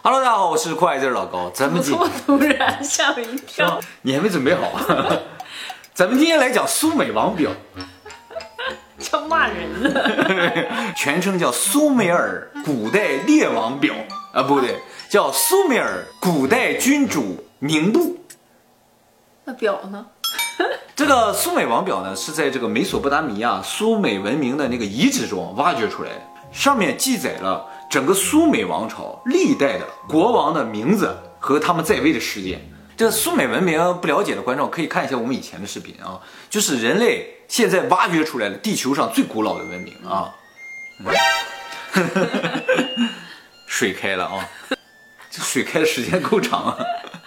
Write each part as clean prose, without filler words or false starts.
Hello， 大家好，我是酷爱字老高。咱们怎么突然吓我一跳？ 你还没准备好啊？咱们今天来讲苏美王表， 像骂人呢。 全称叫苏美尔古代列王表啊，不对，叫苏美尔古代君主名簿。 那表呢？ 这个苏美王表呢，是在这个美索不达米亚苏美文明的那个遗址中挖掘出来的，上面记载了整个苏美王朝历代的国王的名字和他们在位的时间。这个苏美文明不了解的观众可以看一下我们以前的视频啊，就是人类现在挖掘出来的地球上最古老的文明啊。水开了啊，这水开的时间够长啊。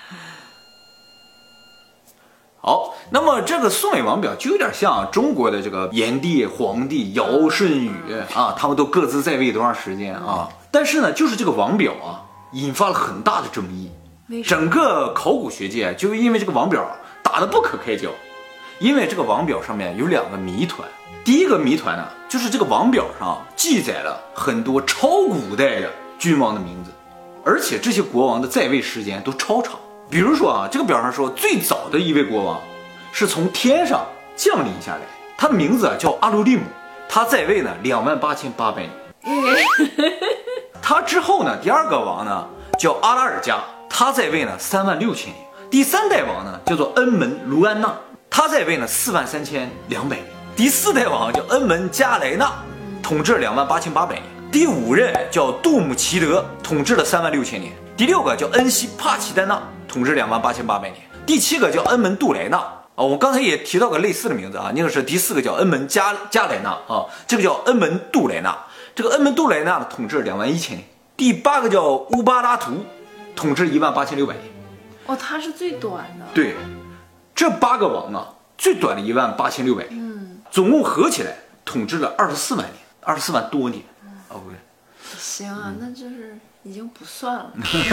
好，那么这个苏美王表就有点像中国的这个炎帝、黄帝、尧、舜、禹啊，他们都各自在位多长时间啊？但是呢，就是这个王表啊，引发了很大的争议。整个考古学界就因为这个王表打得不可开交，因为这个王表上面有两个谜团。第一个谜团呢，就是这个王表上记载了很多超古代的君王的名字，而且这些国王的在位时间都超长。比如说啊，这个表上说最早的一位国王是从天上降临下来，他的名字叫阿鲁利姆，他在位呢28800年。他之后呢，第二个王呢叫阿拉尔加，他在位呢36000年。第三代王呢叫做恩门卢安纳，他在位呢43200年。第四代王叫恩门加莱纳，统治28800年。第五任叫杜姆齐德，统治了36000年。第六个叫恩西帕齐丹纳，统治28800年。第七个叫恩门杜莱纳啊，我刚才也提到个类似的名字啊，那个是第四个叫恩门加莱纳啊，这个叫恩门杜莱纳。这个恩门杜莱纳统治21000年。第八个叫乌巴拉图，统治18600年。 哦，他是最短的。 对，这8个王啊，最短的18600年，总共合起来统治了24万年，24万多年。哦，不对， 行啊，那就是已经不算了。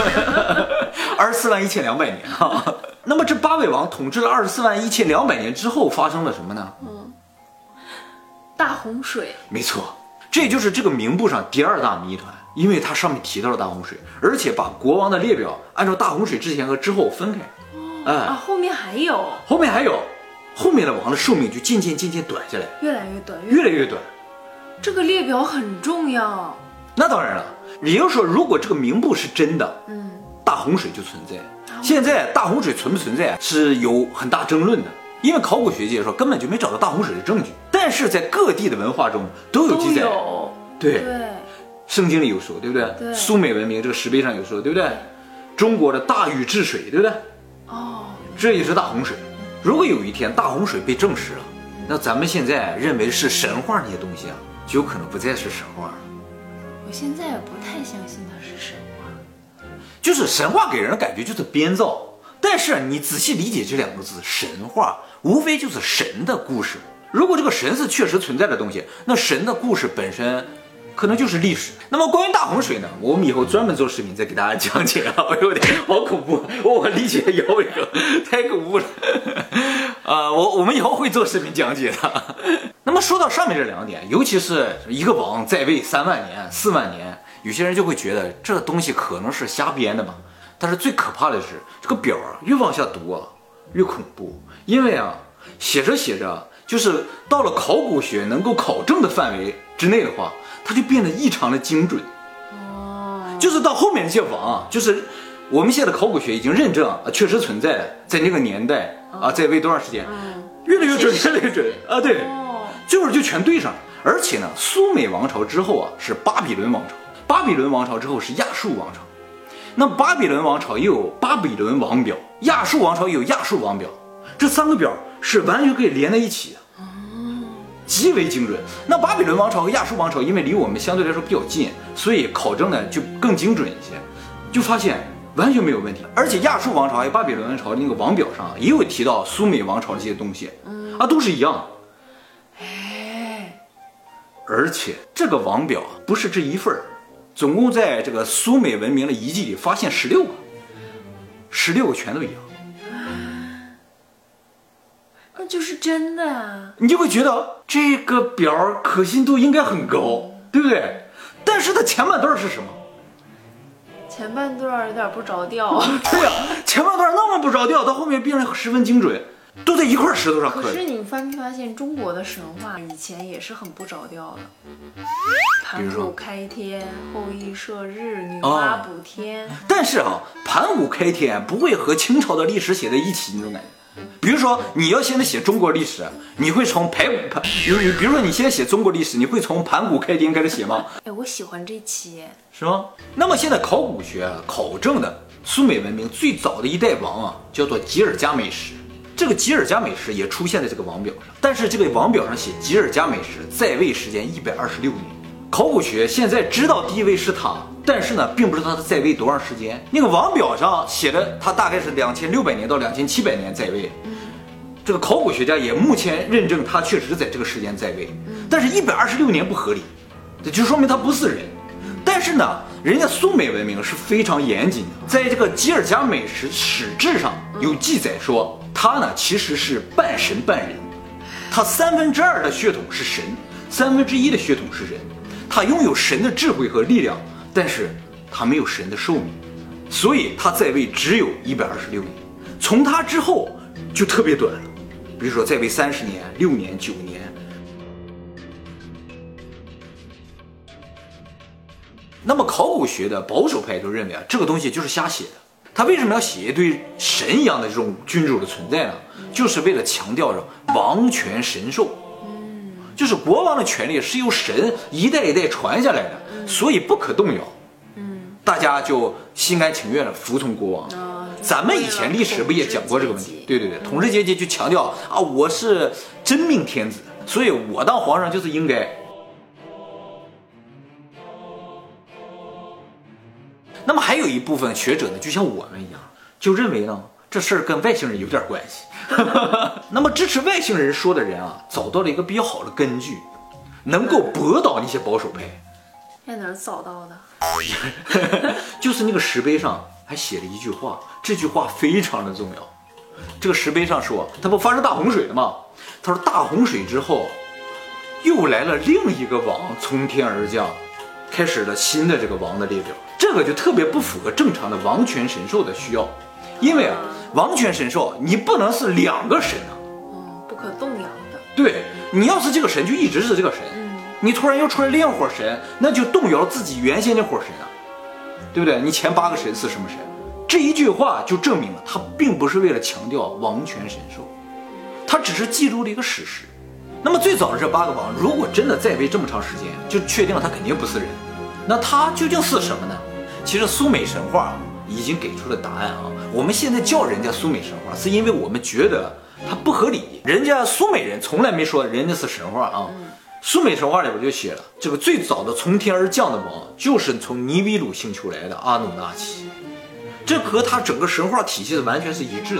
241200年啊。那么这8位王统治了241200年之后发生了什么呢？ 大洪水。 没错，这就是这个名簿上第二大谜团，因为它上面提到了大洪水，而且把国王的列表按照大洪水之前和之后分开。 后面还有， 后面的王的寿命就渐渐短下来， 越来越短， 越来越短。 这个列表很重要。 那当然了，也就是说，如果这个名簿是真的，大洪水就存在。现在大洪水存不存在是有很大争论的，因为考古学界说根本就没找到大洪水的证据，但是在各地的文化中都有记载。对，圣经里有说，对不对？ 对， 苏美文明这个石碑上有说，对不对？中国的大禹治水，对不对？这也是大洪水。如果有一天大洪水被证实了，那咱们现在认为是神话那些东西啊，就有可能不再是神话了。 我现在也不太相信它是神话， 就是神话给人的感觉就是编造，但是你仔细理解这两个字，神话无非就是神的故事。如果这个神是确实存在的东西，那神的故事本身可能就是历史。那么关于大洪水呢，我们以后专门做视频再给大家讲解啊，有点好恐怖，我理解摇一个太恐怖了。我们以后会做视频讲解的。那么说到上面这两点，尤其是一个王在位3万年、4万年，有些人就会觉得这东西可能是瞎编的嘛。但是最可怕的是这个表越往下读啊越恐怖，因为写着就是到了考古学能够考证的范围之内的话，它就变得异常的精准。就是到后面这些王就是我们现在的考古学已经认证确实存在的，在那个年代在位多长时间，越来越准，越来越准啊！对，最后就全对上了。而且呢，苏美王朝之后是巴比伦王朝，巴比伦王朝之后是亚述王朝。那巴比伦王朝也有巴比伦王表，亚述王朝也有亚述王表，这3个表是完全可以连在一起的，极为精准。那巴比伦王朝和亚述王朝因为离我们相对来说比较近，所以考证呢就更精准一些，就发现完全没有问题。而且亚述王朝还有巴比伦王朝的那个王表上也有提到苏美王朝的这些东西，都是一样的。而且这个王表不是这一份，总共在这个苏美文明的遗迹里发现16个，16个全都一样。 那就是真的啊！ 你就会觉得这个表可信度应该很高，对不对？但是它前半段是什么？ 前半段有点不着调。 对呀、前半段那么不着调，到后面变得十分精准，都在一块石头上刻的。 可是你发没发现，中国的神话以前也是很不着调的？盘古开天，后羿射日，女娲补天。 但是啊，盘古开天不会和清朝的历史写在一起那种感觉。比如说，你要现在写中国历史，你会从比如说你现在写中国历史，你会从盘古开天开始写吗？ 哎，我喜欢这期， 是吗？那么现在考古学考证的苏美文明最早的一代王啊，叫做吉尔伽美什。这个吉尔伽美什也出现在这个王表上，但是这个王表上写吉尔伽美什在位时间126年。考古学现在知道第一位是他，但是呢，并不知道他在位多长时间。那个王表上写的他大概是2600年到2700年在位。这个考古学家也目前认证他确实在这个时间在位，但是126年不合理，这就说明他不是人。但是呢，人家苏美文明是非常严谨的，在这个吉尔伽美什史志上有记载说，他呢其实是半神半人，他2/3的血统是神，1/3的血统是人，他拥有神的智慧和力量，但是他没有神的寿命，所以他在位只有126年，从他之后就特别短了，比如说在位30年、6年、9年。那么考古学的保守派就认为啊，这个东西就是瞎写的。他为什么要写一堆神一样的这种君主的存在呢？就是为了强调着王权神授，就是国王的权力是由神一代一代传下来的，所以不可动摇。大家就心甘情愿的服从国王。咱们以前历史不也讲过这个问题？对对对，统治阶级就强调啊，我是真命天子，所以我当皇上就是应该。那么还有一部分学者呢，就像我们一样，就认为呢，这事儿跟外星人有点关系。那么支持外星人说的人啊，找到了一个比较好的根据，能够驳倒那些保守派。 在哪儿找到的？ 就是那个石碑上还写了一句话，这句话非常的重要。这个石碑上说，他不发生大洪水了吗？他说大洪水之后，又来了另一个王从天而降，开始了新的这个王的列表。这个就特别不符合正常的王权神授的需要，因为王权神授你不能是2个神啊， 不可动摇的。 对，你要是这个神就一直是这个神，你突然又出来另一伙神，那就动摇自己原先那伙神啊，对不对？你前8个神是什么神？这一句话就证明了他并不是为了强调王权神授，他只是记录了一个史实。那么最早的这8个王，如果真的在位这么长时间，就确定了他肯定不是人。那他究竟是什么呢？其实苏美神话已经给出了答案啊。我们现在叫人家苏美神话，是因为我们觉得它不合理。人家苏美人从来没说人家是神话啊。苏美神话里边就写了，这个最早的从天而降的王，就是从尼比鲁星球来的阿努纳奇，这和他整个神话体系是完全是一致的。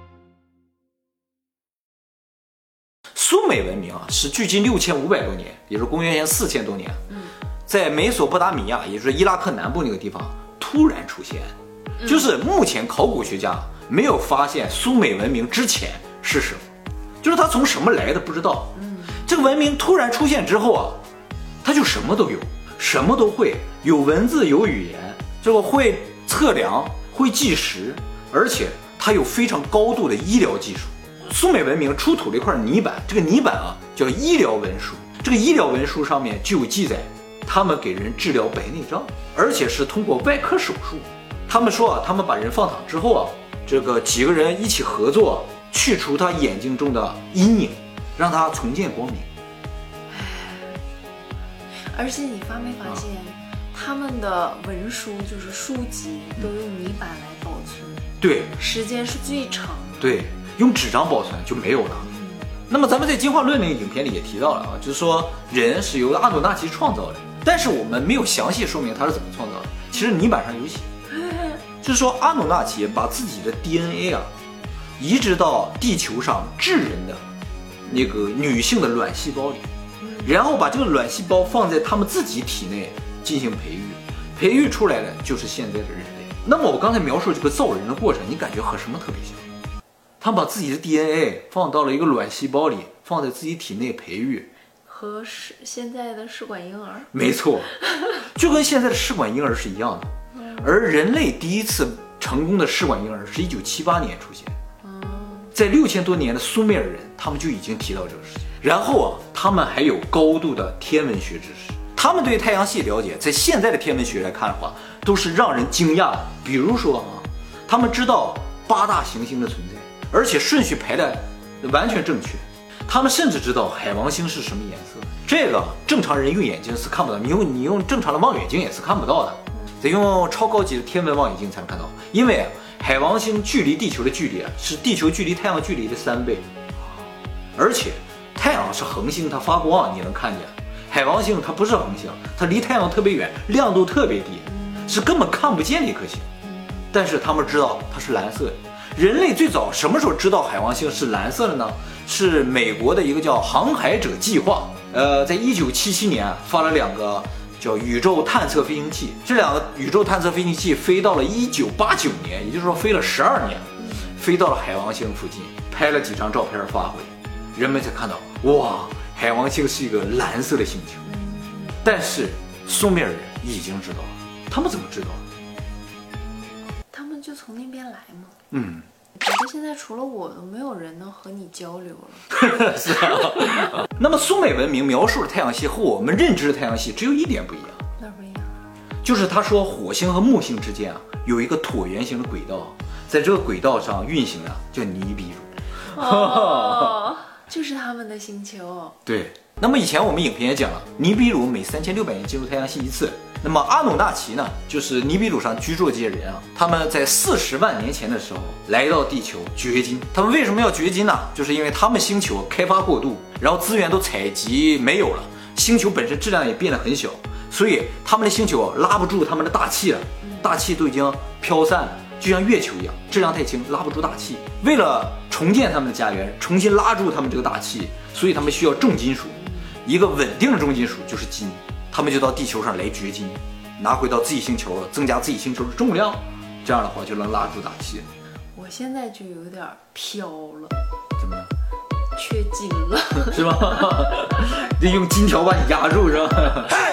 苏美文明啊，是距今6500多年，也就是公元前4000多年，在美索不达米亚，也就是伊拉克南部那个地方突然出现，就是目前考古学家没有发现苏美文明之前是什么，就是它从什么来的不知道。这个文明突然出现之后啊，它就什么都有，什么都会，有文字有语言，这个会测量，会计时，而且它有非常高度的医疗技术。苏美文明出土了一块泥板，这个泥板啊叫医疗文书，这个医疗文书上面就有记载，他们给人治疗白内障，而且是通过外科手术。他们说啊，他们把人放躺之后啊，这个几个人一起合作，去除他眼睛中的阴影，让他重见光明。 而且你发没发现，他们的文书就是书籍都用泥板来保存， 对， 时间是最长的。 对，用纸张保存就没有了。那么咱们在进化论那个影片里也提到了啊，就是说人是由阿努纳奇创造的，但是我们没有详细说明他是怎么创造的。其实泥板上有写，就是说阿努纳奇把自己的 DNA 啊移植到地球上智人的那个女性的卵细胞里，然后把这个卵细胞放在他们自己体内进行培育，培育出来的就是现在的人类。那么我刚才描述这个造人的过程，你感觉和什么特别像？他把自己的 DNA 放到了一个卵细胞里，放在自己体内培育， 和现在的试管婴儿没错，就跟现在的试管婴儿是一样的。 而人类第一次成功的试管婴儿是1978年出现。在6000多年的苏美尔人，他们就已经提到这个事情。然后他们还有高度的天文学知识，他们对太阳系了解，在现在的天文学来看的话，都是让人惊讶的。比如说他们知道8大行星的存在，而且顺序排的完全正确。他们甚至知道海王星是什么颜色，这个正常人用眼睛是看不到，你用正常的望远镜也是看不到的，得用超高级的天文望远镜才能看到。因为海王星距离地球的距离是地球距离太阳距离的3倍，而且太阳是恒星，它发光你能看见，海王星它不是恒星，它离太阳特别远，亮度特别低，是根本看不见的一颗星。但是他们知道它是蓝色的。人类最早什么时候知道海王星是蓝色的呢？是美国的一个叫航海者计划，在1977年发了2个叫宇宙探测飞行器。这2个宇宙探测飞行器飞到了1989年，也就是说飞了12年，飞到了海王星附近，拍了几张照片发回来，人们才看到，哇，海王星是一个蓝色的星球。但是苏美尔人已经知道了，他们怎么知道？ 他们就从那边来嘛。我觉得现在除了我都没有人能和你交流了。 是啊。那么苏美文明描述的太阳系和我们认知的太阳系只有一点不一样。 哪不一样？ 就是他说火星和木星之间有一个椭圆形的轨道，在这个轨道上运行叫尼比鲁。 哦，就是他们的星球。 对。那么以前我们影片也讲了，尼比鲁每3600年进入太阳系一次。那么阿努纳奇呢，就是尼比鲁上居住的这些人他们在40万年前的时候来到地球掘金。他们为什么要掘金呢？就是因为他们星球开发过度，然后资源都采集没有了，星球本身质量也变得很小，所以他们的星球拉不住他们的大气了，大气都已经飘散了，就像月球一样，质量太轻，拉不住大气。为了重建他们的家园，重新拉住他们这个大气，所以他们需要重金属。一个稳定的重金属就是金，他们就到地球上来掘金，拿回到自己星球了，增加自己星球的重量，这样的话就能拉住大气。 我现在就有点飘了。 怎么了？ 缺金了， 是吧？得用金条把你压住，是吧？